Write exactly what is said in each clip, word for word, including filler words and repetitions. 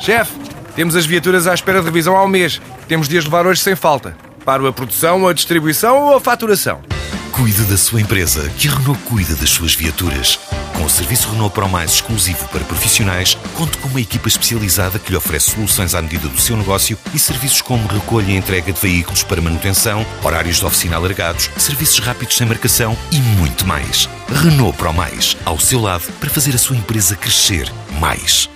Chefe, temos as viaturas à espera de revisão há um mês. Temos de as levar hoje sem falta. Para a produção, a distribuição ou a faturação? Cuide da sua empresa, que a Renault cuida das suas viaturas. Com o serviço Renault Pro Mais exclusivo para profissionais, conte com uma equipa especializada que lhe oferece soluções à medida do seu negócio e serviços como recolha e entrega de veículos para manutenção, horários de oficina alargados, serviços rápidos sem marcação e muito mais. Renault Pro Mais, ao seu lado para fazer a sua empresa crescer mais.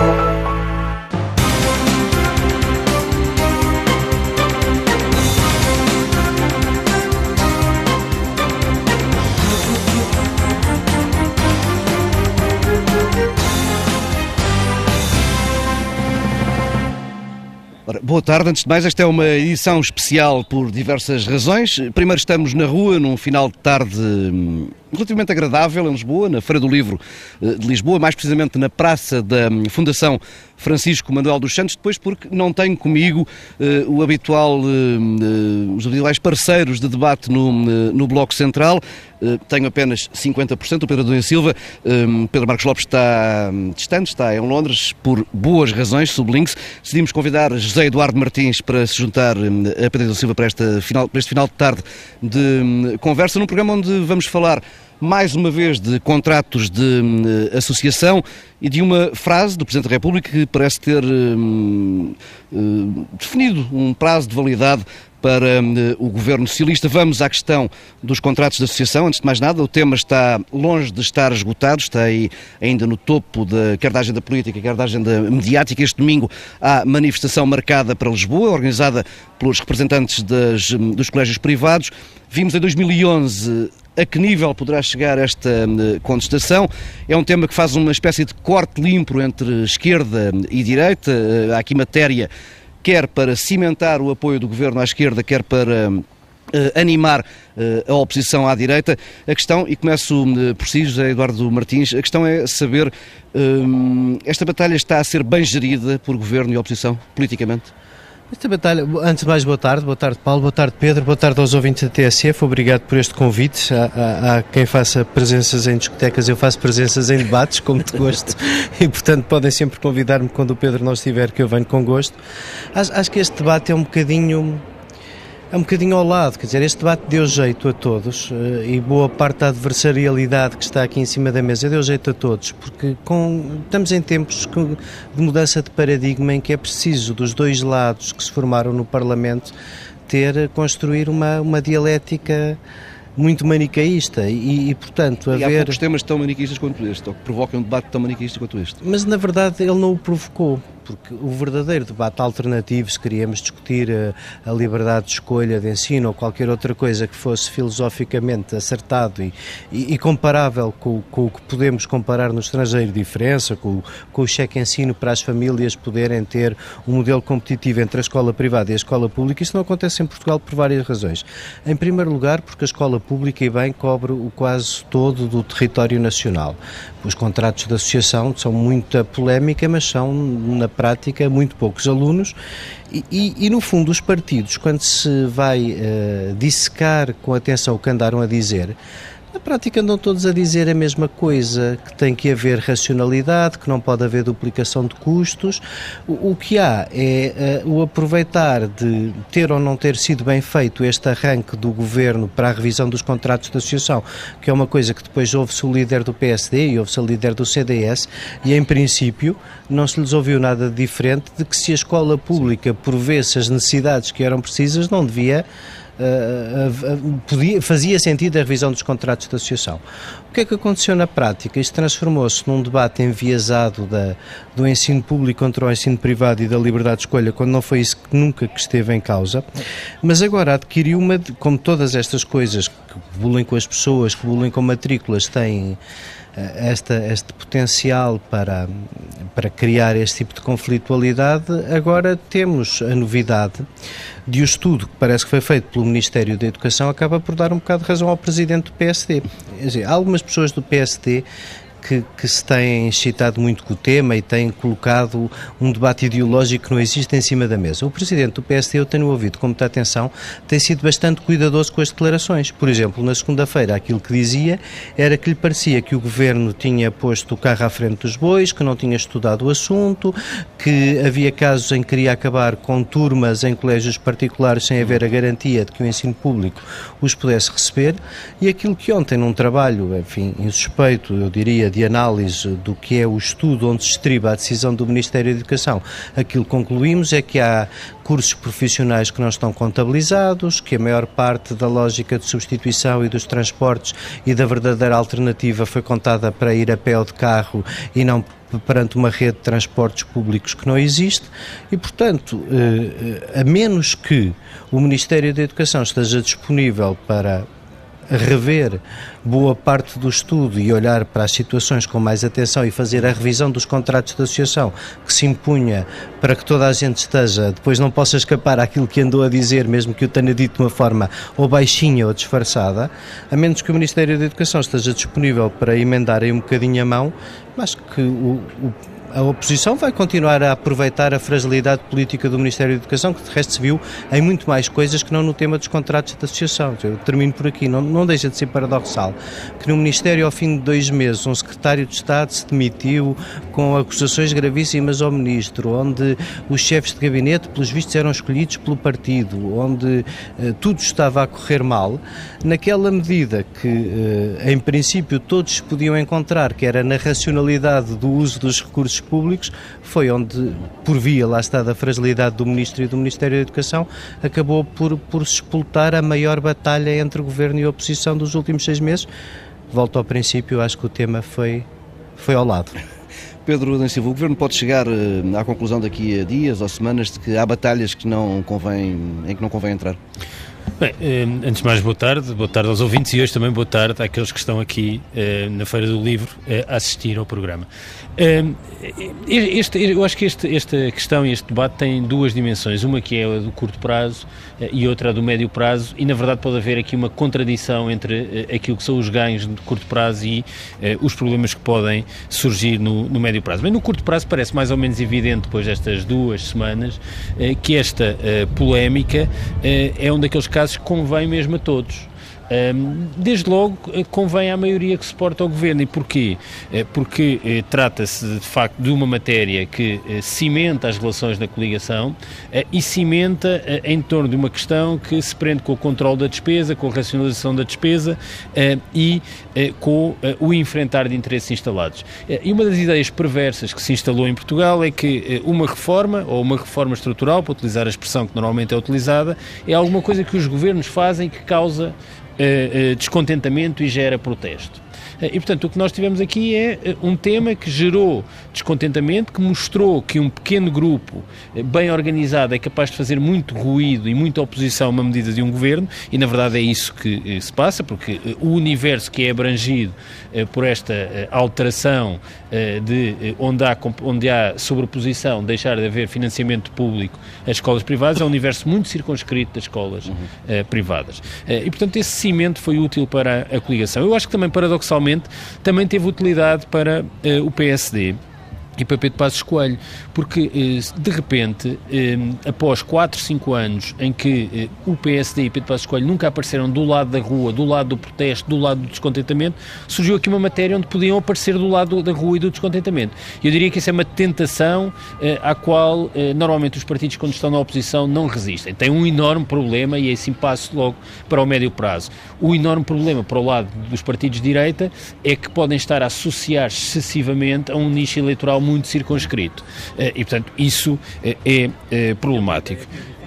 Ora, boa tarde. Antes de mais, esta é uma edição especial por diversas razões. Primeiro, estamos na rua, num final de tarde hum, relativamente agradável em Lisboa, na Feira do Livro de Lisboa, mais precisamente na Praça da Fundação Francisco Manuel dos Santos, depois porque não tenho comigo uh, o habitual, uh, uh, os habituais parceiros de debate no, uh, no Bloco Central. Uh, tenho apenas cinquenta por cento, o Pedro Adão Silva. Uh, Pedro Marcos Lopes está um, distante, está em Londres, por boas razões, sublinque-se. Decidimos convidar José Eduardo Martins para se juntar um, a Pedro Adão Silva para, esta final, para este final de tarde de um, conversa, num programa onde vamos falar mais uma vez de contratos de uh, associação e de uma frase do Presidente da República que parece ter uh, uh, definido um prazo de validade para uh, o Governo Socialista. Vamos à questão dos contratos de associação. Antes de mais nada, o tema está longe de estar esgotado, está aí ainda no topo de, quer da agenda política, quer da agenda mediática. Este domingo há manifestação marcada para Lisboa, organizada pelos representantes das, dos colégios privados. Vimos em dois mil e onze a que nível poderá chegar esta contestação. É um tema que faz uma espécie de corte limpo entre esquerda e direita. Há aqui matéria quer para cimentar o apoio do Governo à esquerda, quer para uh, animar uh, a oposição à direita. A questão, e começo uh, por si, José Eduardo Martins, a questão é saber, uh, esta batalha está a ser bem gerida por Governo e oposição, politicamente? Esta batalha, antes de mais, boa tarde, boa tarde Paulo, boa tarde Pedro, boa tarde aos ouvintes da T S F, obrigado por este convite. Há, há, há quem faça presenças em discotecas, eu faço presenças em debates, com muito gosto, e portanto podem sempre convidar-me quando o Pedro não estiver, que eu venho com gosto. Acho, acho que este debate é um bocadinho... É um bocadinho ao lado, quer dizer, este debate deu jeito a todos e boa parte da adversarialidade que está aqui em cima da mesa deu jeito a todos, porque com, estamos em tempos de mudança de paradigma em que é preciso dos dois lados que se formaram no Parlamento ter, construir uma, uma dialética muito manicaísta e, e portanto, haver... E há poucos temas tão manicaístas quanto este, ou que provocam um debate tão manicaísta quanto este. Mas, na verdade, ele não o provocou, porque o verdadeiro debate alternativo, se queríamos discutir a, a liberdade de escolha de ensino ou qualquer outra coisa que fosse filosoficamente acertado e, e, e comparável com, com o que podemos comparar no estrangeiro, diferença, com, com o cheque ensino para as famílias poderem ter um modelo competitivo entre a escola privada e a escola pública, isso não acontece em Portugal por várias razões. Em primeiro lugar, porque a escola pública e bem cobre o quase todo do território nacional. Os contratos de associação são muita polémica, mas são, na prática, muito poucos alunos e, e, e no fundo, os partidos, quando se vai uh, dissecar com atenção o que andaram a dizer, na prática andam todos a dizer a mesma coisa, que tem que haver racionalidade, que não pode haver duplicação de custos. O, o que há é uh, o aproveitar de ter ou não ter sido bem feito este arranque do Governo para a revisão dos contratos de associação, que é uma coisa que depois ouve-se o líder do P S D e ouve-se o líder do C D S, e em princípio não se lhes ouviu nada de diferente de que se a escola pública provesse as necessidades que eram precisas, não devia... Uh, uh, uh, podia, fazia sentido a revisão dos contratos de associação. O que é que aconteceu na prática? Isto transformou-se num debate enviesado da, do ensino público contra o ensino privado e da liberdade de escolha, quando não foi isso que nunca que esteve em causa, mas agora adquiriu uma, como todas estas coisas que bullying com as pessoas, que bullying com matrículas têm Esta, este potencial para, para criar este tipo de conflitualidade. Agora temos a novidade de o estudo que parece que foi feito pelo Ministério da Educação acaba por dar um bocado de razão ao Presidente do P S D. Quer dizer, há algumas pessoas do P S D que, que se têm excitado muito com o tema e têm colocado um debate ideológico que não existe em cima da mesa. O Presidente do P S D, eu tenho ouvido com muita atenção, tem sido bastante cuidadoso com as declarações. Por exemplo, na segunda-feira, aquilo que dizia era que lhe parecia que o Governo tinha posto o carro à frente dos bois, que não tinha estudado o assunto, que havia casos em que queria acabar com turmas em colégios particulares sem haver a garantia de que o ensino público os pudesse receber, e aquilo que ontem, num trabalho, enfim, insuspeito, eu diria, de análise do que é o estudo onde se estriba a decisão do Ministério da Educação, aquilo que concluímos é que há cursos profissionais que não estão contabilizados, que a maior parte da lógica de substituição e dos transportes e da verdadeira alternativa foi contada para ir a pé ou de carro e não perante uma rede de transportes públicos que não existe e, portanto, a menos que o Ministério da Educação esteja disponível para rever boa parte do estudo e olhar para as situações com mais atenção e fazer a revisão dos contratos de associação que se impunha para que toda a gente esteja, depois não possa escapar àquilo que andou a dizer, mesmo que o tenha dito de uma forma ou baixinha ou disfarçada, a menos que o Ministério da Educação esteja disponível para emendar aí um bocadinho a mão, mas que o, o a oposição vai continuar a aproveitar a fragilidade política do Ministério da Educação, que de resto se viu em muito mais coisas que não no tema dos contratos de associação. Eu termino por aqui. Não, não deixa de ser paradoxal que no Ministério, ao fim de dois meses, um secretário de Estado se demitiu com acusações gravíssimas ao Ministro, onde os chefes de gabinete, pelos vistos, eram escolhidos pelo partido, onde eh, tudo estava a correr mal, naquela medida que, eh, em princípio, todos se podiam encontrar, que era na racionalidade do uso dos recursos públicos, foi onde, por via, lá está, da fragilidade do Ministro e do Ministério da Educação, acabou por, por se explotar a maior batalha entre o Governo e a oposição dos últimos seis meses. Volto ao princípio, acho que o tema foi, foi ao lado. Pedro Adão Silva, o Governo pode chegar à conclusão daqui a dias ou semanas de que há batalhas que não convém, em que não convém entrar? Bem, antes de mais, boa tarde, boa tarde aos ouvintes e hoje também boa tarde àqueles que estão aqui na Feira do Livro a assistir ao programa. Este, eu acho que este, esta questão e este debate tem duas dimensões, uma que é a do curto prazo e outra a do médio prazo, e na verdade pode haver aqui uma contradição entre aquilo que são os ganhos de curto prazo e os problemas que podem surgir no, no médio prazo. Bem, no curto prazo parece mais ou menos evidente, depois destas duas semanas, que esta polémica é um daqueles casos que convém mesmo a todos. Desde logo convém à maioria que suporta o Governo. E porquê? Porque trata-se de facto de uma matéria que cimenta as relações da coligação e cimenta em torno de uma questão que se prende com o controle da despesa, com a racionalização da despesa e com o enfrentar de interesses instalados. E uma das ideias perversas que se instalou em Portugal é que uma reforma, ou uma reforma estrutural, para utilizar a expressão que normalmente é utilizada, é alguma coisa que os governos fazem que causa Uh, uh, descontentamento e gera protesto. Uh, e, portanto, o que nós tivemos aqui é uh, um tema que gerou descontentamento, que mostrou que um pequeno grupo uh, bem organizado é capaz de fazer muito ruído e muita oposição a uma medida de um governo, e na verdade é isso que uh, se passa, porque uh, o universo que é abrangido uh, por esta uh, alteração uh, de uh, onde, há, onde há sobreposição, deixar de haver financiamento público às escolas privadas, é um universo muito circunscrito das escolas uhum. uh, privadas. Uh, e, portanto, esse cimento foi útil para a coligação. Eu acho que também, paradoxalmente, também teve utilidade para uh, o P S D e para Pedro Passos Coelho, porque de repente, após quatro, cinco anos em que o P S D e Pedro Passos Coelho nunca apareceram do lado da rua, do lado do protesto, do lado do descontentamento, surgiu aqui uma matéria onde podiam aparecer do lado da rua e do descontentamento. Eu diria que isso é uma tentação à qual normalmente os partidos, quando estão na oposição, não resistem. Tem um enorme problema, e assim passo logo para o médio prazo. O enorme problema para o lado dos partidos de direita é que podem estar a associar excessivamente a um nicho eleitoral muito circunscrito. E, portanto, isso é, é problemático.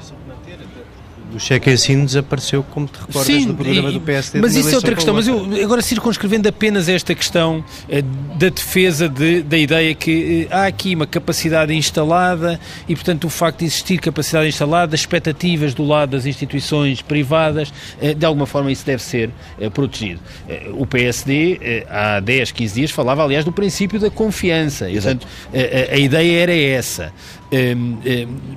O cheque assim desapareceu, como te recordas, Sim, do programa e, do P S D. Mas isso é outra questão. Mas eu, agora, circunscrevendo apenas esta questão eh, da defesa de, da ideia que eh, há aqui uma capacidade instalada e, portanto, o facto de existir capacidade instalada, expectativas do lado das instituições privadas, eh, de alguma forma isso deve ser eh, protegido. Eh, o P S D, eh, há dez, quinze dias, falava, aliás, do princípio da confiança. E, portanto, eh, a, a ideia era essa. Eh, eh,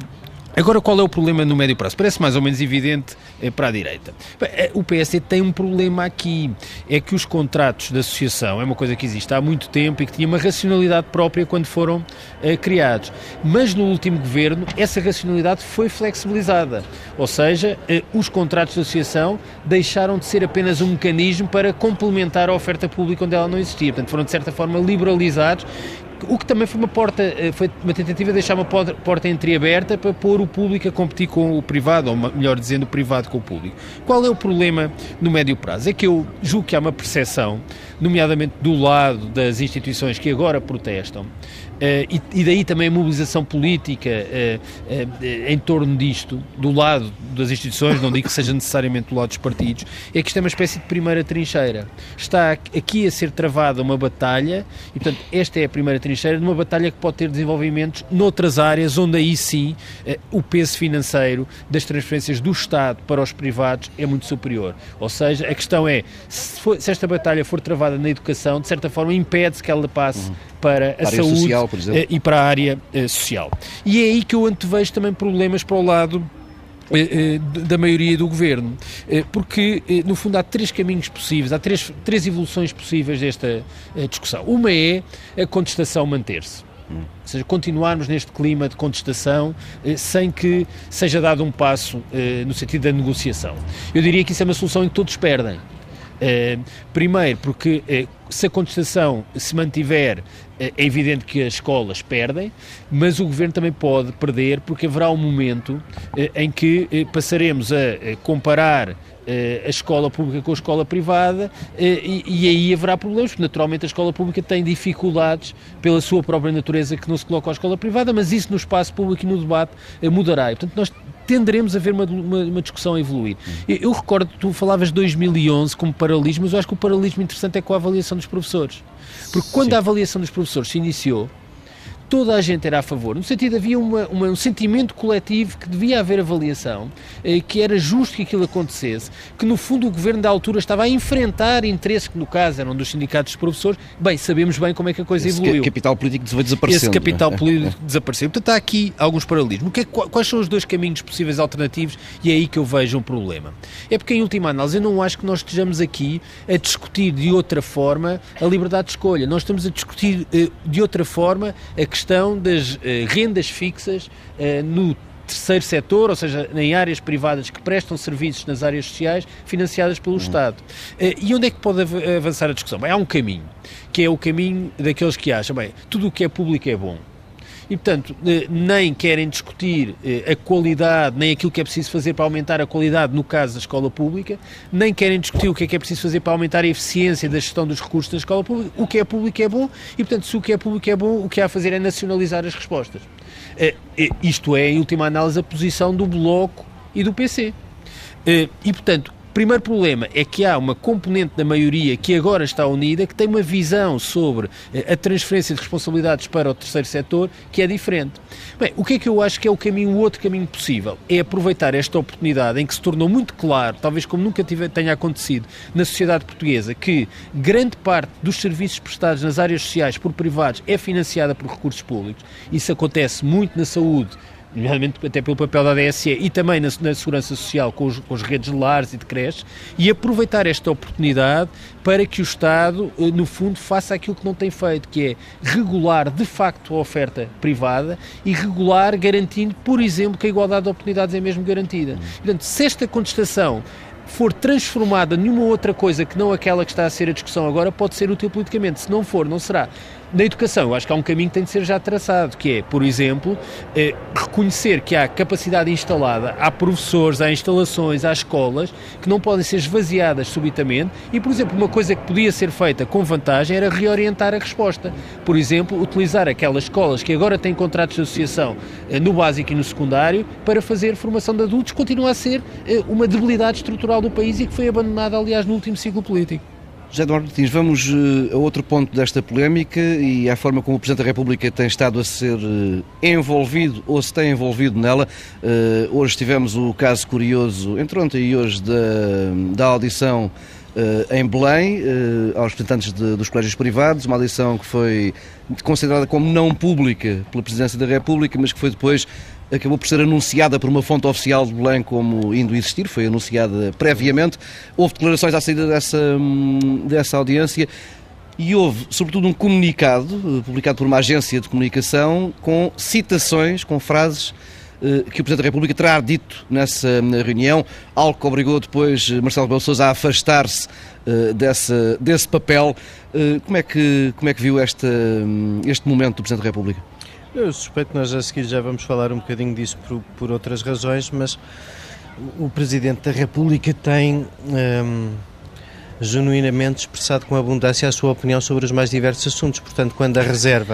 Agora, qual é o problema no médio prazo? Parece mais ou menos evidente eh, para a direita. O P S D tem um problema aqui, é que os contratos de associação é uma coisa que existe há muito tempo e que tinha uma racionalidade própria quando foram eh, criados. Mas no último governo, essa racionalidade foi flexibilizada. Ou seja, eh, os contratos de associação deixaram de ser apenas um mecanismo para complementar a oferta pública onde ela não existia. Portanto, foram de certa forma liberalizados, o que também foi uma porta, foi uma tentativa de deixar uma porta entreaberta para pôr o público a competir com o privado, ou melhor dizendo, o privado com o público. Qual é o problema no médio prazo? É que eu julgo que há uma percepção, nomeadamente do lado das instituições que agora protestam, Uh, e, e daí também a mobilização política uh, uh, em torno disto, do lado das instituições, não digo que seja necessariamente do lado dos partidos, é que isto é uma espécie de primeira trincheira. Está aqui a ser travada uma batalha, e portanto esta é a primeira trincheira de uma batalha que pode ter desenvolvimentos noutras áreas, onde aí sim uh, o peso financeiro das transferências do Estado para os privados é muito superior. Ou seja, a questão é, se, for, se esta batalha for travada na educação, de certa forma impede-se que ela passe uhum. para a, a saúde social, por exemplo, e para a área uh, social. E é aí que eu antevejo também problemas para o lado uh, uh, da maioria do governo, uh, porque uh, no fundo há três caminhos possíveis, há três, três evoluções possíveis desta uh, discussão. Uma é a contestação manter-se. Ou seja, continuarmos neste clima de contestação eh, sem que seja dado um passo eh, no sentido da negociação. Eu diria que isso é uma solução em que todos perdem. Eh, primeiro, porque eh, se a contestação se mantiver, eh, é evidente que as escolas perdem, mas o Governo também pode perder, porque haverá um momento eh, em que eh, passaremos a, a comparar a escola pública com a escola privada e, e aí haverá problemas, porque naturalmente a escola pública tem dificuldades pela sua própria natureza que não se coloca à escola privada, mas isso no espaço público e no debate mudará. E, portanto, nós tenderemos a ver uma, uma, uma discussão a evoluir. Eu, eu recordo que tu falavas de dois mil e onze como paralelismo, mas eu acho que o paralelismo interessante é com a avaliação dos professores. Porque quando Sim. a avaliação dos professores se iniciou, toda a gente era a favor, no sentido havia uma, uma, um sentimento coletivo que devia haver avaliação, eh, que era justo que aquilo acontecesse, que no fundo o Governo da altura estava a enfrentar interesses que no caso eram dos sindicatos dos professores. Bem, sabemos bem como é que a coisa Esse evoluiu. Esse capital político foi desaparecendo. Esse capital político desapareceu. Portanto, há aqui alguns paralelismos. Que, quais são os dois caminhos possíveis alternativos? E é aí que eu vejo um problema. É porque, em última análise, eu não acho que nós estejamos aqui a discutir de outra forma a liberdade de escolha. Nós estamos a discutir eh, de outra forma a questão questão das uh, rendas fixas uh, no terceiro setor, ou seja, em áreas privadas que prestam serviços nas áreas sociais financiadas pelo uhum. Estado. Uh, e onde é que pode av- avançar a discussão? Bem, há um caminho, que é o caminho daqueles que acham, bem, tudo o que é público é bom. E, portanto, nem querem discutir a qualidade, nem aquilo que é preciso fazer para aumentar a qualidade, no caso da escola pública, nem querem discutir o que é que é preciso fazer para aumentar a eficiência da gestão dos recursos da escola pública. O que é público é bom e, portanto, se o que é público é bom, o que há a fazer é nacionalizar as respostas. Isto é, em última análise, a posição do Bloco e do P C. E, portanto, o primeiro problema é que há uma componente da maioria que agora está unida, que tem uma visão sobre a transferência de responsabilidades para o terceiro setor que é diferente. Bem, o que é que eu acho que é o caminho, o outro caminho possível? É aproveitar esta oportunidade em que se tornou muito claro, talvez como nunca tive, tenha acontecido na sociedade portuguesa, que grande parte dos serviços prestados nas áreas sociais por privados é financiada por recursos públicos. Isso acontece muito na saúde, nomeadamente até pelo papel da A D S E e também na, na segurança social com, os, com as redes de lares e de creches, e aproveitar esta oportunidade para que o Estado, no fundo, faça aquilo que não tem feito, que é regular de facto a oferta privada e regular garantindo, por exemplo, que a igualdade de oportunidades é mesmo garantida. Portanto, se esta contestação for transformada numa outra coisa que não aquela que está a ser a discussão agora, pode ser útil politicamente. Se não for, não será. Na educação, eu acho que há um caminho que tem de ser já traçado, que é, por exemplo, eh, reconhecer que há capacidade instalada, há professores, há instalações, há escolas que não podem ser esvaziadas subitamente e, por exemplo, uma coisa que podia ser feita com vantagem era reorientar a resposta. Por exemplo, utilizar aquelas escolas que agora têm contratos de associação eh, no básico e no secundário para fazer formação de adultos, continua a ser eh, uma debilidade estrutural do país e que foi abandonada, aliás, no último ciclo político. José Eduardo Martins, vamos uh, a outro ponto desta polémica e à forma como o Presidente da República tem estado a ser uh, envolvido ou se tem envolvido nela. Uh, hoje tivemos o caso curioso, entre ontem e hoje, da, da audição uh, em Belém, uh, aos representantes de, dos colégios privados, uma audição que foi considerada como não pública pela Presidência da República, mas que foi depois, acabou por ser anunciada por uma fonte oficial de Belém como indo existir, foi anunciada previamente. Houve declarações à saída dessa, dessa audiência e houve, sobretudo, um comunicado publicado por uma agência de comunicação com citações, com frases que o Presidente da República terá dito nessa reunião, algo que obrigou depois Marcelo Rebelo de Sousa a afastar-se uh, desse, desse papel. Uh, como é que, como é que viu este, este momento do Presidente da República? Eu suspeito que nós a seguir já vamos falar um bocadinho disso por, por outras razões, mas o Presidente da República tem um, genuinamente expressado com abundância a sua opinião sobre os mais diversos assuntos. Portanto, quando a reserva,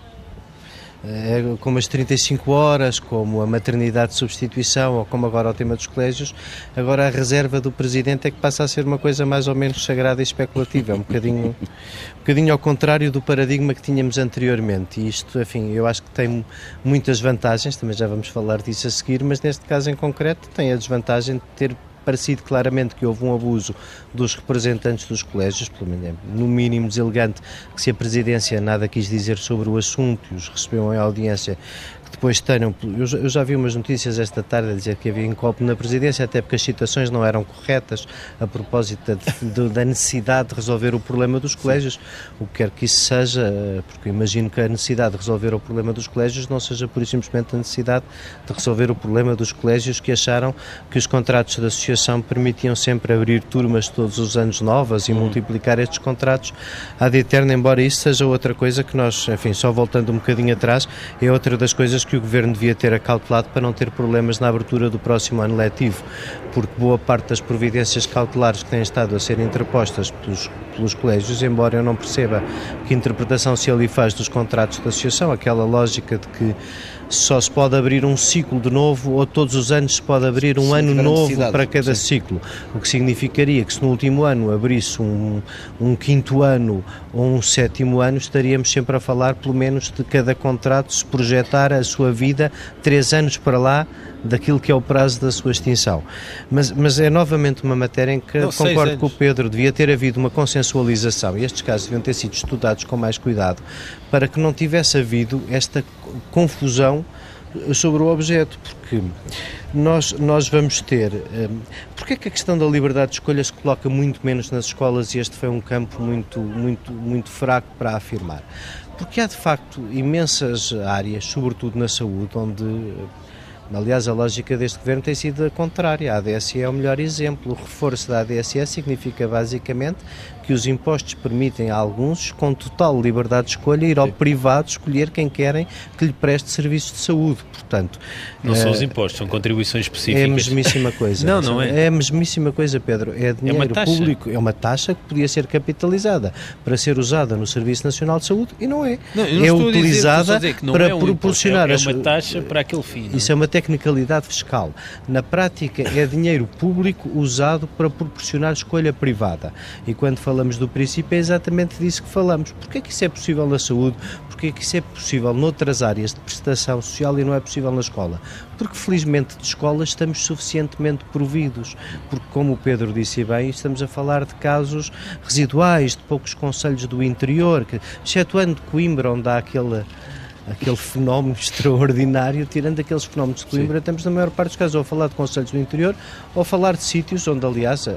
como as trinta e cinco horas, como a maternidade de substituição ou como agora o tema dos colégios, agora a reserva do Presidente é que passa a ser uma coisa mais ou menos sagrada e especulativa, é um bocadinho, um bocadinho ao contrário do paradigma que tínhamos anteriormente. E isto, enfim, eu acho que tem muitas vantagens, também já vamos falar disso a seguir, mas neste caso em concreto tem a desvantagem de ter parecido claramente que houve um abuso dos representantes dos colégios, pelo menos no mínimo deselegante, que se a Presidência nada quis dizer sobre o assunto e os recebeu em audiência, que depois tenham... Eu já, eu já vi umas notícias esta tarde a dizer que havia inculpo na Presidência, até porque as citações não eram corretas a propósito da, de, da necessidade de resolver o problema dos colégios, o que quer que isso seja, porque eu imagino que a necessidade de resolver o problema dos colégios não seja pura e simplesmente a necessidade de resolver o problema dos colégios que acharam que os contratos de associação permitiam sempre abrir turmas todos os anos novas e multiplicar estes contratos ad eterno, embora isso seja outra coisa que nós, enfim, só voltando um bocadinho atrás, é outra das coisas que o Governo devia ter acautelado para não ter problemas na abertura do próximo ano letivo, porque boa parte das providências cautelares que têm estado a ser interpostas pelos, pelos colégios, embora eu não perceba que interpretação se ali faz dos contratos de associação, aquela lógica de que só se pode abrir um ciclo de novo ou todos os anos se pode abrir um ano novo para cada sim. ciclo, o que significaria que se no último ano abrisse um, um quinto ano ou um sétimo ano, estaríamos sempre a falar pelo menos de cada contrato se projetar a sua vida três anos para lá daquilo que é o prazo da sua extinção. Mas, mas é novamente uma matéria em que não, concordo com o Pedro, devia ter havido uma consensualização e estes casos deviam ter sido estudados com mais cuidado para que não tivesse havido esta confusão sobre o objeto, porque nós, nós vamos ter... Um, porque é que a questão da liberdade de escolha se coloca muito menos nas escolas e este foi um campo muito, muito, muito fraco para afirmar? Porque há de facto imensas áreas, sobretudo na saúde, onde... Aliás, a lógica deste governo tem sido a contrária. A A D S E é o melhor exemplo. O reforço da A D S E significa basicamente que os impostos permitem a alguns, com total liberdade de escolha, ir ao privado escolher quem querem que lhe preste serviços de saúde. Portanto, não uh, são os impostos, são contribuições específicas. É a mesmíssima coisa. não, não é. É a mesmíssima coisa, Pedro. É dinheiro é uma público, é uma taxa que podia ser capitalizada para ser usada no Serviço Nacional de Saúde e não é. Não, eu não é estou utilizada a dizer, que não para é um proporcionar... imposto, é, é uma taxa para aquele fim. Isso é uma tecnicalidade fiscal. Na prática, é dinheiro público usado para proporcionar escolha privada. E quando falamos do princípio, é exatamente disso que falamos. Porquê é que isso é possível na saúde? Porquê é que isso é possível noutras áreas de prestação social e não é possível na escola? Porque, felizmente, de escolas estamos suficientemente providos. Porque, como o Pedro disse bem, estamos a falar de casos residuais, de poucos concelhos do interior, que, excetuando Coimbra, onde há aquele... aquele fenómeno extraordinário, tirando aqueles fenómenos de Coimbra, Sim. estamos na maior parte dos casos ou a falar de concelhos do interior ou a falar de sítios onde, aliás,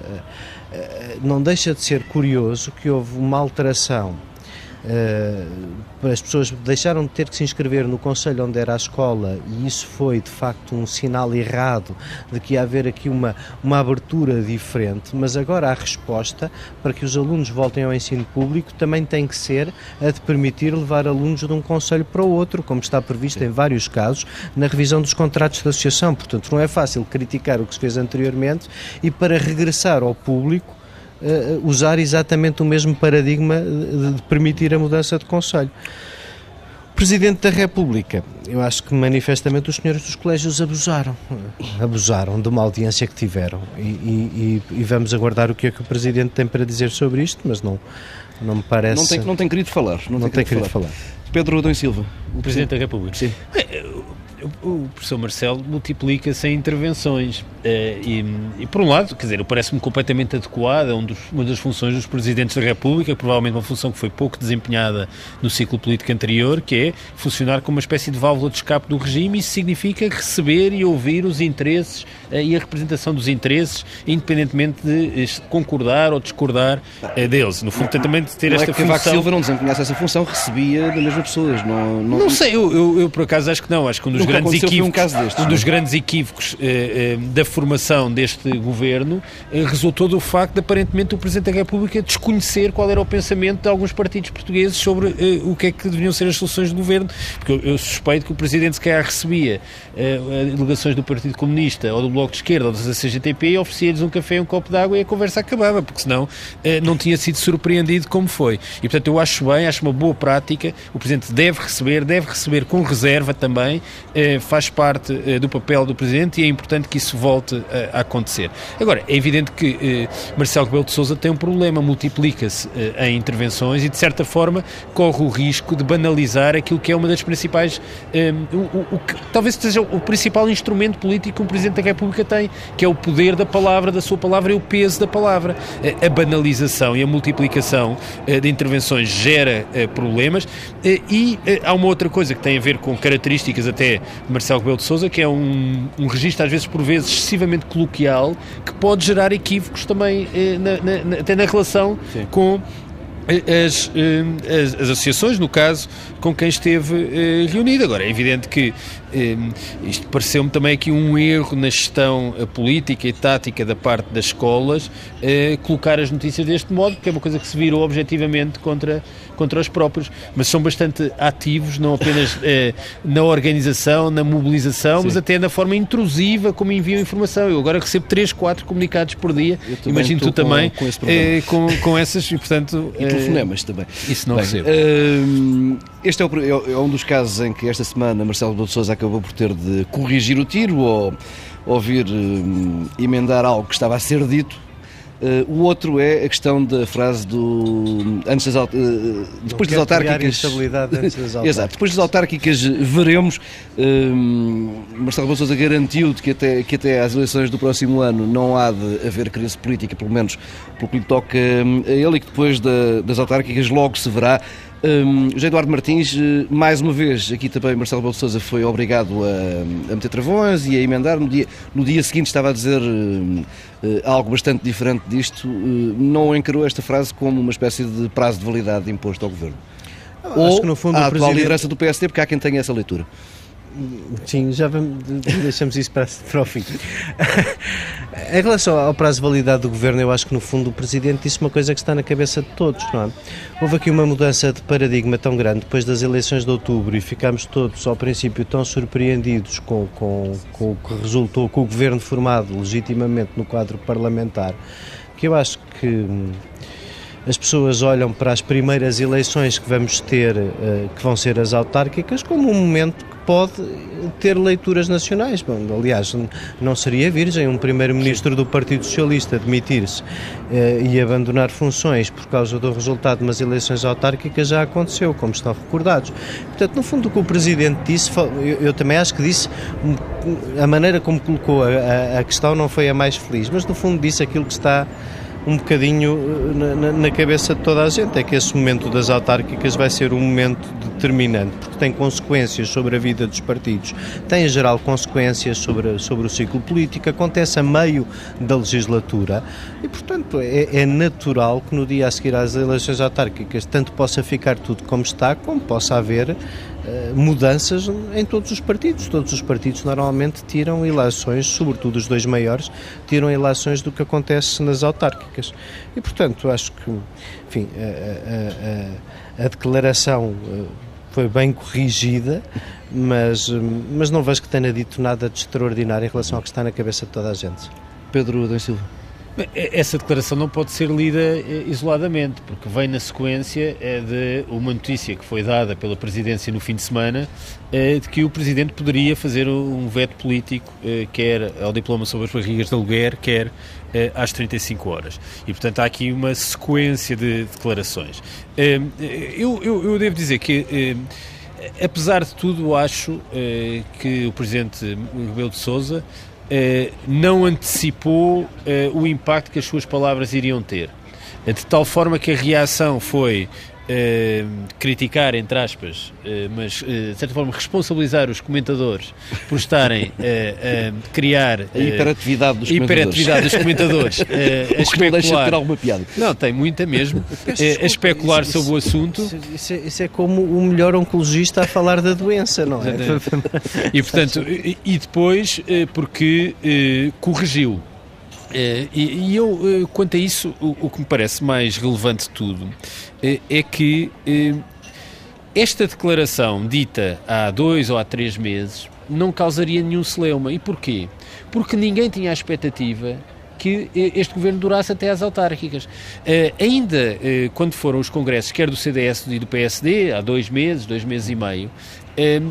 não deixa de ser curioso que houve uma alteração. Uh, as pessoas deixaram de ter que se inscrever no concelho onde era a escola e isso foi de facto um sinal errado de que ia haver aqui uma, uma abertura diferente, mas agora a resposta para que os alunos voltem ao ensino público também tem que ser a de permitir levar alunos de um concelho para o outro, como está previsto em vários casos na revisão dos contratos de associação. Portanto, não é fácil criticar o que se fez anteriormente e para regressar ao público Uh, usar exatamente o mesmo paradigma de, de permitir a mudança de concelho. O Presidente da República, eu acho que manifestamente os senhores dos colégios abusaram, abusaram de uma audiência que tiveram e, e, e vamos aguardar o que é que o Presidente tem para dizer sobre isto, mas não, não me parece... Não tem, não tem querido falar. Não, não tem, tem querido falar. falar. Pedro Adão Silva. O Presidente da República. Sim. o professor Marcelo multiplica-se em intervenções e, e, por um lado, quer dizer, parece-me completamente adequada um dos, uma das funções dos Presidentes da República, provavelmente uma função que foi pouco desempenhada no ciclo político anterior, que é funcionar como uma espécie de válvula de escape do regime. Isso significa receber e ouvir os interesses e a representação dos interesses, independentemente de concordar ou discordar deles. No fundo, tem também de ter não esta é que função... Cavaco Silva não desempenhasse essa função, recebia das mesmas pessoas. Não, não... não sei, eu, eu, eu por acaso acho que não. Acho que um dos, grandes equívocos, um caso destes, um dos grandes equívocos eh, eh, da formação deste governo eh, resultou do facto de, aparentemente, o Presidente da República desconhecer qual era o pensamento de alguns partidos portugueses sobre eh, o que é que deveriam ser as soluções do governo. Porque eu, eu suspeito que o Presidente, se calhar, recebia eh, delegações do Partido Comunista ou do Bloco de Esquerda ou da C G T P e oferecia-lhes um café e um copo de água e a conversa acabava, porque senão eh, não tinha sido surpreendido como foi. E, portanto, eu acho bem, acho uma boa prática. O Presidente deve receber, deve receber com reserva também, eh, faz parte eh, do papel do Presidente e é importante que isso volte eh, a acontecer. Agora, é evidente que eh, Marcelo Rebelo de Sousa tem um problema, multiplica-se eh, em intervenções e, de certa forma, corre o risco de banalizar aquilo que é uma das principais, eh, o, o, o que talvez seja o principal instrumento político que um Presidente da República tem, que é o poder da palavra, da sua palavra e o peso da palavra. Eh, a banalização e a multiplicação eh, de intervenções gera eh, problemas eh, e eh, há uma outra coisa que tem a ver com características até de Marcelo Rebelo de Sousa, que é um, um registro às vezes por vezes excessivamente coloquial, que pode gerar equívocos também eh, na, na, até na relação Sim. com As, as, as associações, no caso, com quem esteve eh, reunido. Agora, é evidente que eh, isto pareceu-me também aqui um erro na gestão política e tática da parte das escolas, eh, colocar as notícias deste modo, porque é uma coisa que se virou objetivamente contra, contra os próprios, mas são bastante ativos, não apenas eh, na organização, na mobilização, Sim. mas até na forma intrusiva como enviam informação. Eu agora recebo três, quatro comunicados por dia, imagino tu também, com, com, eh, com, com essas, e portanto... E telefonemas também. Isso não Bem, recebo. Uh, este é, o, é um dos casos em que esta semana Marcelo Rebelo de Sousa acabou por ter de corrigir o tiro ou, ou vir uh, emendar algo que estava a ser dito. Uh, o outro é a questão da frase do antes das, uh, depois das autárquicas. Antes das autárquicas. Exato, depois das autárquicas veremos. Uh, Marcelo Rebelo de Sousa garantiu que até, que até às eleições do próximo ano não há de haver crise política, pelo menos pelo que lhe toca a ele, e que depois da, das autárquicas logo se verá. Um, José Eduardo Martins, mais uma vez, aqui também Marcelo Rebelo de Sousa foi obrigado a, a meter travões e a emendar. No dia, no dia seguinte estava a dizer uh, uh, algo bastante diferente disto. Uh, não encarou esta frase como uma espécie de prazo de validade imposto ao Governo? Acho Ou que no fundo à o atual presidente... liderança do P S D, porque há quem tenha essa leitura. Sim, já vamos, deixamos isso para, para o fim. Em relação ao prazo de validade do Governo, eu acho que no fundo o Presidente disse uma coisa que está na cabeça de todos, não é? Houve aqui uma mudança de paradigma tão grande depois das eleições de outubro e ficámos todos ao princípio tão surpreendidos com, com, com o que resultou com o Governo formado legitimamente no quadro parlamentar, que eu acho que as pessoas olham para as primeiras eleições que vamos ter, que vão ser as autárquicas, como um momento que pode ter leituras nacionais. Bom, aliás, não seria virgem um primeiro-ministro do Partido Socialista admitir-se eh, e abandonar funções por causa do resultado de umas eleições autárquicas. Já aconteceu, como estão recordados. Portanto, no fundo, o que o Presidente disse, eu, eu também acho que disse, a maneira como colocou a, a, a questão não foi a mais feliz, mas no fundo disse aquilo que está um bocadinho na, na, na cabeça de toda a gente, é que esse momento das autárquicas vai ser um momento determinante, porque tem consequências sobre a vida dos partidos, tem em geral consequências sobre, sobre o ciclo político, acontece a meio da legislatura e, portanto, é, é natural que no dia a seguir às eleições autárquicas tanto possa ficar tudo como está, como possa haver mudanças em todos os partidos. Todos os partidos normalmente tiram ilações, sobretudo os dois maiores, tiram ilações do que acontece nas autárquicas. E, portanto, acho que, enfim, a, a, a, a declaração foi bem corrigida, mas, mas não vejo que tenha dito nada de extraordinário em relação ao que está na cabeça de toda a gente. Pedro Adão Silva. Essa declaração não pode ser lida isoladamente, porque vem na sequência de uma notícia que foi dada pela Presidência no fim de semana, de que o Presidente poderia fazer um veto político, quer ao diploma sobre as barrigas de aluguer, quer às trinta e cinco horas. E, portanto, há aqui uma sequência de declarações. Eu, eu, eu devo dizer que apesar de tudo, acho eh, que o Presidente Rebelo de Sousa eh, não antecipou eh, o impacto que as suas palavras iriam ter. De tal forma que a reação foi eh, criticar, entre aspas, eh, mas eh, de certa forma responsabilizar os comentadores por estarem eh, a criar a hiperatividade dos eh, hiperatividade dos comentadores eh, a especular. Não deixa de ter alguma piada. Não, tem muita mesmo, eh, a especular isso, sobre o assunto. Isso, isso, é, isso é como o melhor oncologista a falar da doença, não é? E portanto, e, e depois eh, porque eh, corrigiu. Uh, e, e eu, uh, quanto a isso, o, o que me parece mais relevante de tudo uh, é que uh, esta declaração dita há dois ou há três meses não causaria nenhum celeuma. E porquê? Porque ninguém tinha a expectativa que este governo durasse até às autárquicas. Uh, ainda uh, quando foram os congressos, quer do C D S e do P S D, há dois meses, dois meses e meio, uh,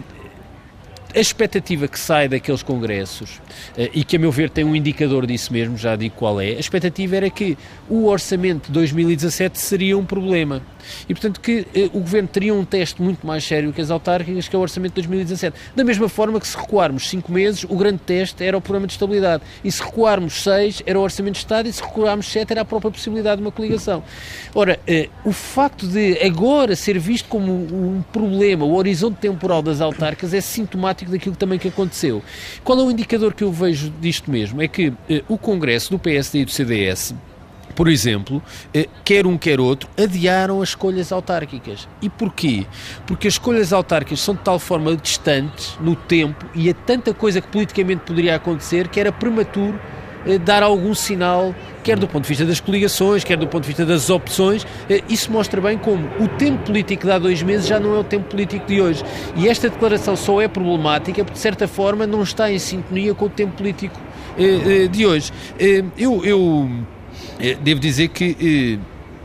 a expectativa que sai daqueles congressos, e que a meu ver tem um indicador disso mesmo, já digo qual é, a expectativa era que o orçamento de dois mil e dezassete seria um problema. E portanto que eh, o Governo teria um teste muito mais sério que as autárquicas, que é o orçamento de dois mil e dezassete. Da mesma forma que se recuarmos cinco meses, o grande teste era o programa de estabilidade. E se recuarmos seis, era o orçamento de Estado, e se recuarmos sete, era a própria possibilidade de uma coligação. Ora, eh, o facto de agora ser visto como um problema, o horizonte temporal das autárquicas, é sintomático daquilo também que aconteceu. Qual é o indicador que eu vejo disto mesmo? É que eh, o Congresso do P S D e do C D S, por exemplo, eh, quer um quer outro, adiaram as escolhas autárquicas. E porquê? Porque as escolhas autárquicas são de tal forma distantes no tempo e há tanta coisa que politicamente poderia acontecer que era prematuro eh, dar algum sinal, quer do ponto de vista das coligações, quer do ponto de vista das opções. Eh, isso mostra bem como o tempo político de há dois meses já não é o tempo político de hoje. E esta declaração só é problemática porque, de certa forma, não está em sintonia com o tempo político eh, eh, de hoje. Eh, eu... eu Devo dizer que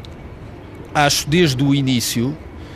eh, acho desde o início,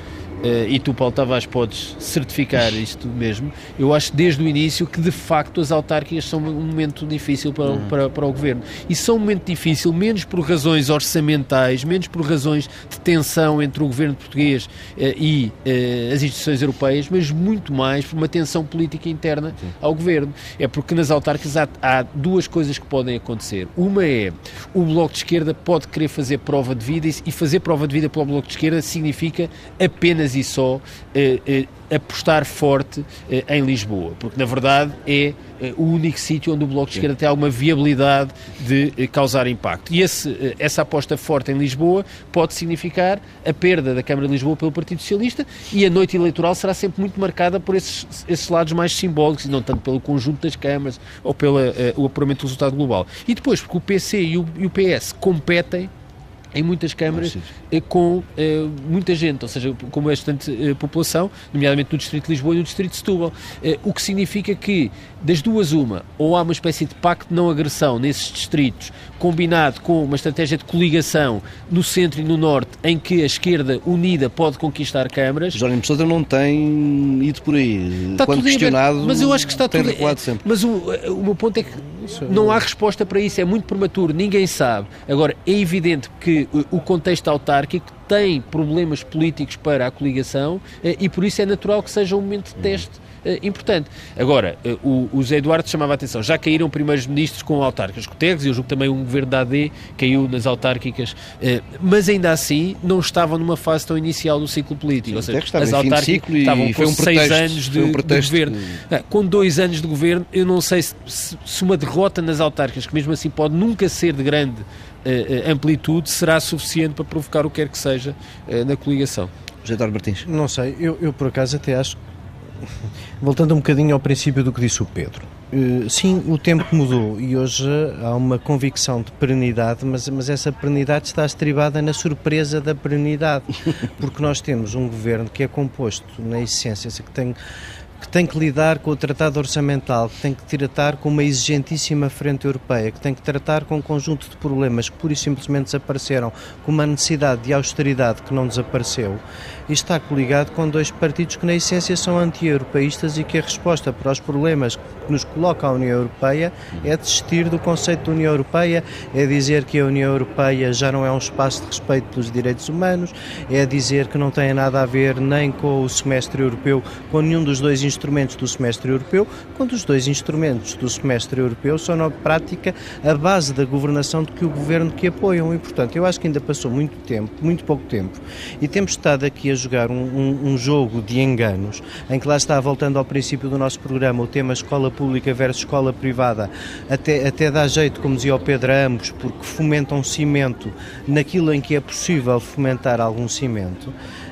eh, e tu, Paulo Tavares, podes certificar isto mesmo, eu acho desde o início que de facto as autárquicas são um momento difícil para, uhum. para, para o Governo. E são um momento difícil menos por razões orçamentais, menos por razões de tensão entre o Governo português eh, e eh, as instituições europeias, mas muito mais por uma tensão política interna Sim. ao Governo. É porque nas autárquicas há, há duas coisas que podem acontecer. Uma é, o Bloco de Esquerda pode querer fazer prova de vida, e fazer prova de vida para o Bloco de Esquerda significa apenas e só eh, eh, apostar forte eh, em Lisboa, porque na verdade é eh, o único sítio onde o Bloco de Esquerda tem alguma viabilidade de eh, causar impacto. E esse, eh, essa aposta forte em Lisboa pode significar a perda da Câmara de Lisboa pelo Partido Socialista, e a noite eleitoral será sempre muito marcada por esses, esses lados mais simbólicos, e não tanto pelo conjunto das câmaras ou pelo eh, o apuramento do resultado global. E depois, porque o P C e o, e o P S competem em muitas câmaras eh, com eh, muita gente, ou seja, com bastante eh, população, nomeadamente no Distrito de Lisboa e no Distrito de Setúbal, eh, o que significa que das duas uma, ou há uma espécie de pacto de não agressão nesses distritos, combinado com uma estratégia de coligação no centro e no norte, em que a esquerda unida pode conquistar câmaras. Jerónimo de Sousa não tem ido por aí. Está Quando questionado, mas eu acho que está tem tudo recuado sempre. Mas o, o meu ponto é que não há resposta para isso, é muito prematuro, ninguém sabe. Agora, é evidente que o contexto autárquico tem problemas políticos para a coligação e por isso é natural que seja um momento de teste importante. Agora, o, o Zé Eduardo chamava a atenção, já caíram primeiros ministros com autárquicas Guterres, e eu julgo também um governo da A D caiu nas autárquicas, mas ainda assim não estavam numa fase tão inicial do ciclo político. Sim, ou seja, as autárquicas estavam com um seis pretexto, anos de, um de governo. Que... Com dois anos de governo, eu não sei se, se, se uma derrota nas autárquicas, que mesmo assim pode nunca ser de grande uh, amplitude, será suficiente para provocar o que quer que seja uh, na coligação. José Eduardo Martins. Não sei, eu, eu por acaso até acho, voltando um bocadinho ao princípio do que disse o Pedro, uh, sim, o tempo mudou e hoje há uma convicção de perenidade, mas, mas essa perenidade está estribada na surpresa da perenidade, porque nós temos um governo que é composto, na essência, que tem que tem que lidar com o tratado orçamental, que tem que tratar com uma exigentíssima frente europeia, que tem que tratar com um conjunto de problemas que pura e simplesmente desapareceram, com uma necessidade de austeridade que não desapareceu, e está coligado com dois partidos que na essência são anti-europeístas e que a resposta para os problemas que nos coloca a União Europeia é desistir do conceito de União Europeia, é dizer que a União Europeia já não é um espaço de respeito pelos direitos humanos, é dizer que não tem nada a ver nem com o semestre europeu, com nenhum dos dois instrumentos do semestre europeu, quando os dois instrumentos do semestre europeu são na prática a base da governação de que o governo que apoiam, e portanto eu acho que ainda passou muito tempo, muito pouco tempo, e temos estado aqui a jogar um, um, um jogo de enganos, em que lá está, voltando ao princípio do nosso programa, o tema escola pública versus escola privada, até, até dá jeito, como dizia o Pedro, a ambos, porque fomentam cimento naquilo em que é possível fomentar algum cimento,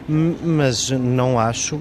mas não acho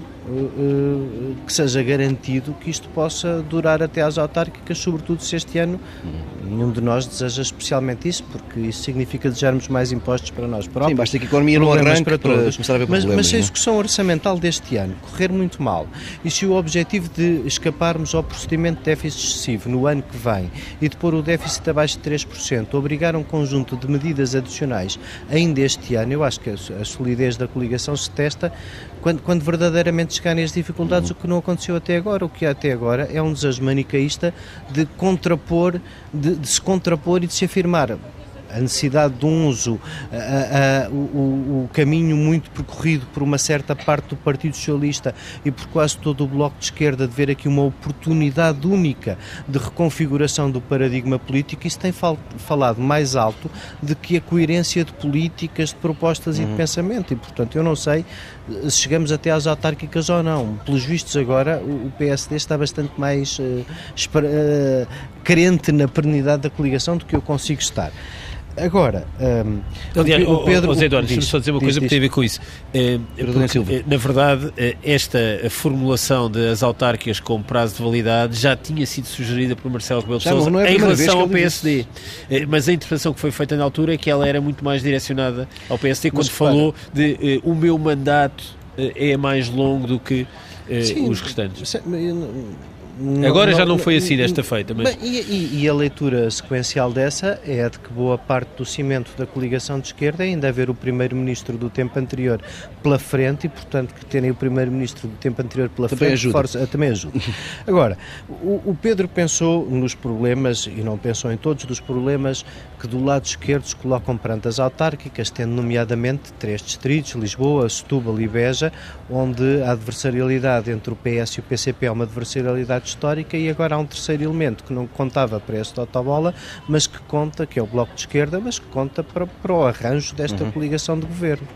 uh, que seja garantido que isto possa durar até às autárquicas, sobretudo se este ano nenhum de nós deseja especialmente isso, porque isso significa desejarmos mais impostos para nós próprios. Sim, basta que a economia não arranque para, para começar a ver mas, problemas. Mas se a não? execução orçamental deste ano correr muito mal, e se o objetivo de escaparmos ao procedimento de déficit excessivo no ano que vem e de pôr o déficit abaixo de três por cento obrigar um conjunto de medidas adicionais ainda este ano, eu acho que a, a solidez da coligação se testa quando, quando verdadeiramente chegarem as dificuldades, uhum. o que não aconteceu até agora. O que há até agora é um desejo manicaísta de contrapor, de, de se contrapor e de se afirmar a necessidade de um uso, a, a, o, o caminho muito percorrido por uma certa parte do Partido Socialista e por quase todo o Bloco de Esquerda de ver aqui uma oportunidade única de reconfiguração do paradigma político. Isso tem fal, falado mais alto do que a coerência de políticas, de propostas uhum. e de pensamento, e portanto eu não sei se chegamos até às autárquicas ou não. Pelos vistos agora o, o P S D está bastante mais uh, espera, uh, crente na perenidade da coligação do que eu consigo estar. Agora, um, Aliás, o Pedro... Oh, oh, Eduardo, deixa-me só dizer uma diz, coisa diz. que tem a ver com isso. É, porque, na verdade, esta formulação das autárquicas com prazo de validade já tinha sido sugerida por Marcelo Rebelo de Sousa é em relação ao P S D. Disse. Mas a interpretação que foi feita na altura é que ela era muito mais direcionada ao P S D, quando mas, falou para... de uh, o meu mandato uh, é mais longo do que uh, Sim, os restantes. Não, Agora não, já não foi assim desta feita. Mas... Bem, e, e a leitura sequencial dessa é a de que boa parte do cimento da coligação de esquerda é ainda haver o primeiro-ministro do tempo anterior pela frente e, portanto, que terem o primeiro-ministro do tempo anterior pela também frente ajuda. Força, também ajuda. Agora, o, o Pedro pensou nos problemas, e não pensou em todos dos problemas, que do lado esquerdo se colocam perante as autárquicas, tendo nomeadamente três distritos, Lisboa, Setúbal e Beja, onde a adversarialidade entre o P S e o P C P é uma adversarialidade histórica, e agora há um terceiro elemento que não contava para este autobola, mas que conta, que é o Bloco de Esquerda, mas que conta para, para o arranjo desta uhum. coligação de governo.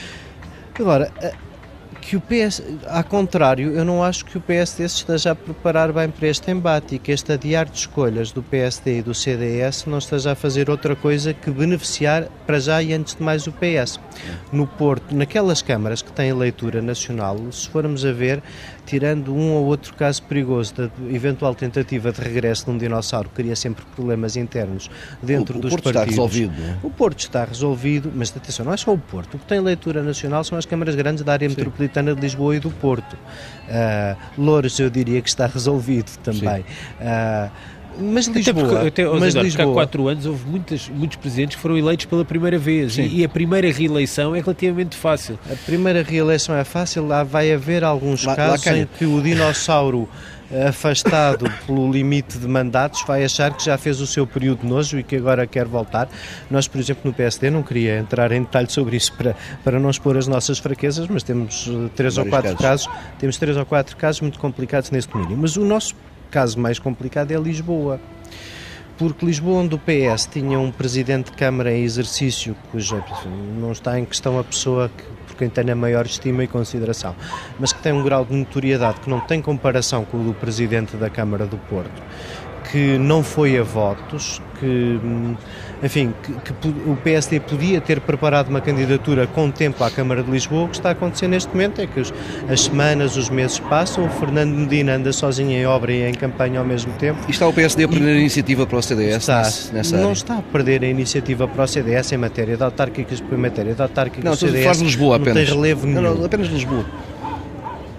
Agora, que o P S, ao contrário, eu não acho que o P S D se esteja a preparar bem para este embate e que este adiar de escolhas do P S D e do C D S não esteja a fazer outra coisa que beneficiar para já e antes de mais o P S. No Porto, naquelas câmaras que têm leitura nacional, se formos a ver, tirando um ou outro caso perigoso da eventual tentativa de regresso de um dinossauro que cria sempre problemas internos dentro o, dos o Porto partidos. Está resolvido, não é? O Porto está resolvido, mas atenção, não é só o Porto. O que tem leitura nacional são as câmaras grandes da área Sim. metropolitana de Lisboa e do Porto. Uh, Loures, eu diria que está resolvido também. Uh, Mas Lisboa, até porque, até, mas Eduardo, Lisboa... há quatro anos houve muitas, muitos presidentes que foram eleitos pela primeira vez e, e a primeira reeleição é relativamente fácil. A primeira reeleição é fácil, lá vai haver alguns lá, casos lá em que o dinossauro afastado pelo limite de mandatos vai achar que já fez o seu período de nojo e que agora quer voltar. Nós, por exemplo, no P S D, não queria entrar em detalhe sobre isso para, para não expor as nossas fraquezas, mas temos três ou quatro casos. casos, temos três ou quatro casos muito complicados nesse domínio. Mas o nosso caso mais complicado é Lisboa, porque Lisboa, onde o P S tinha um presidente de Câmara em exercício, cuja não está em questão a pessoa que, por quem tem a maior estima e consideração, mas que tem um grau de notoriedade que não tem comparação com o do presidente da Câmara do Porto, que não foi a votos, que, enfim, que, que o P S D podia ter preparado uma candidatura com tempo à Câmara de Lisboa. O que está a acontecer neste momento é que os, as semanas, os meses passam, o Fernando Medina anda sozinho em obra e em campanha ao mesmo tempo. E está o P S D a perder e, a iniciativa para o C D S está, nessa, nessa Não área. está a perder a iniciativa para o C D S em matéria de autárquicas, em matéria de autárquicas. Não, o C D S faz de Lisboa apenas. não tem relevo nenhum. Não, não, apenas Lisboa.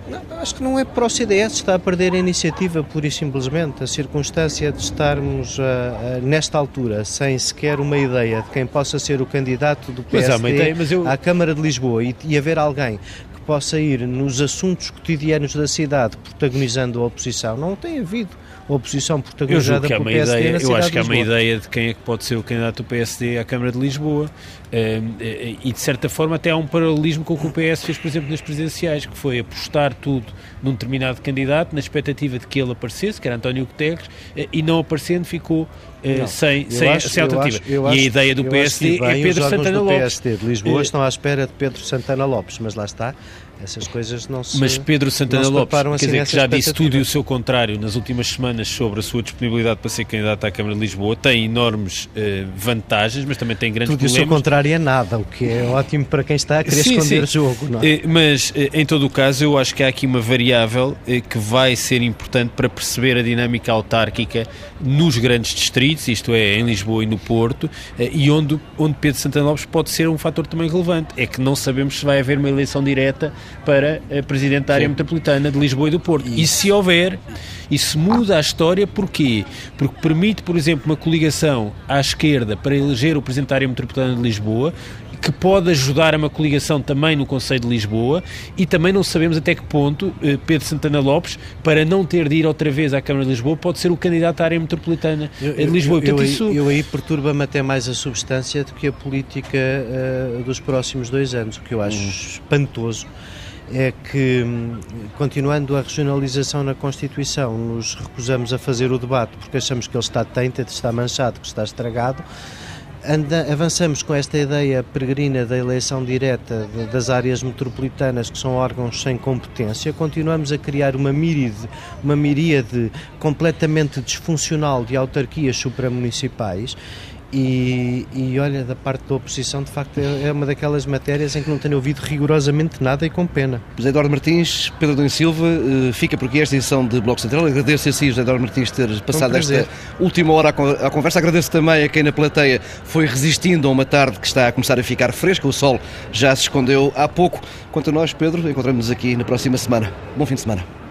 acho que não é para o C D S, está a perder a iniciativa, pura e simplesmente. A circunstância de estarmos uh, uh, nesta altura sem sequer uma ideia de quem possa ser o candidato do P S D mas há uma ideia, mas eu... à Câmara de Lisboa e, e haver alguém que possa ir nos assuntos cotidianos da cidade protagonizando a oposição, não tem havido oposição protagonizada pelo P S D ideia, na cidade Eu acho que há de uma Lisboa. ideia de quem é que pode ser o candidato do P S D à Câmara de Lisboa e de certa forma até há um paralelismo com o que o P S fez, por exemplo, nas presidenciais, que foi apostar tudo num determinado candidato na expectativa de que ele aparecesse, que era António Guterres, e não aparecendo ficou não, sem, sem, acho, sem alternativa. Acho, e acho, a ideia do P S D é Pedro Santana Lopes. Os P S D de Lisboa estão à espera de Pedro Santana Lopes, mas lá está, essas coisas não se Mas Pedro Santana Lopes, quer assim dizer, que já disse tudo e o seu contrário nas últimas semanas sobre a sua disponibilidade para ser candidato à Câmara de Lisboa, tem enormes uh, vantagens, mas também tem grandes tudo problemas. Tudo e o seu contrário é nada, o que é ótimo para quem está a querer sim, esconder sim. jogo. Não é? Uh, mas, uh, em todo o caso, eu acho que há aqui uma variável uh, que vai ser importante para perceber a dinâmica autárquica nos grandes distritos, isto é, em Lisboa e no Porto, uh, e onde, onde Pedro Santana Lopes pode ser um fator também relevante. É que não sabemos se vai haver uma eleição direta para a Presidente da área Sim. metropolitana de Lisboa e do Porto. Isso. E se houver, isso muda a história, porquê? Porque permite, por exemplo, uma coligação à esquerda para eleger o Presidente da área metropolitana de Lisboa, que pode ajudar a uma coligação também no Conselho de Lisboa, e também não sabemos até que ponto Pedro Santana Lopes, para não ter de ir outra vez à Câmara de Lisboa, pode ser o candidato à área metropolitana eu, de Lisboa. Eu, eu, Portanto, eu, isso... eu aí perturba-me até mais a substância do que a política uh, dos próximos dois anos, o que eu acho hum. espantoso. É que, continuando a regionalização na Constituição, nos recusamos a fazer o debate porque achamos que ele está tainted, está manchado, que está estragado. Anda, avançamos com esta ideia peregrina da eleição direta de, das áreas metropolitanas, que são órgãos sem competência. Continuamos a criar uma miríade, uma miríade completamente disfuncional de autarquias supramunicipais. E, e olha, da parte da oposição, de facto, é uma daquelas matérias em que não tenho ouvido rigorosamente nada e com pena. José Eduardo Martins, Pedro Adão Silva, fica por aqui esta edição de Bloco Central. Agradeço a si, José Eduardo Martins, ter passado esta última hora à conversa. Agradeço também a quem na plateia foi resistindo a uma tarde que está a começar a ficar fresca. O sol já se escondeu há pouco. Quanto a nós, Pedro, encontramos-nos aqui na próxima semana. Bom fim de semana.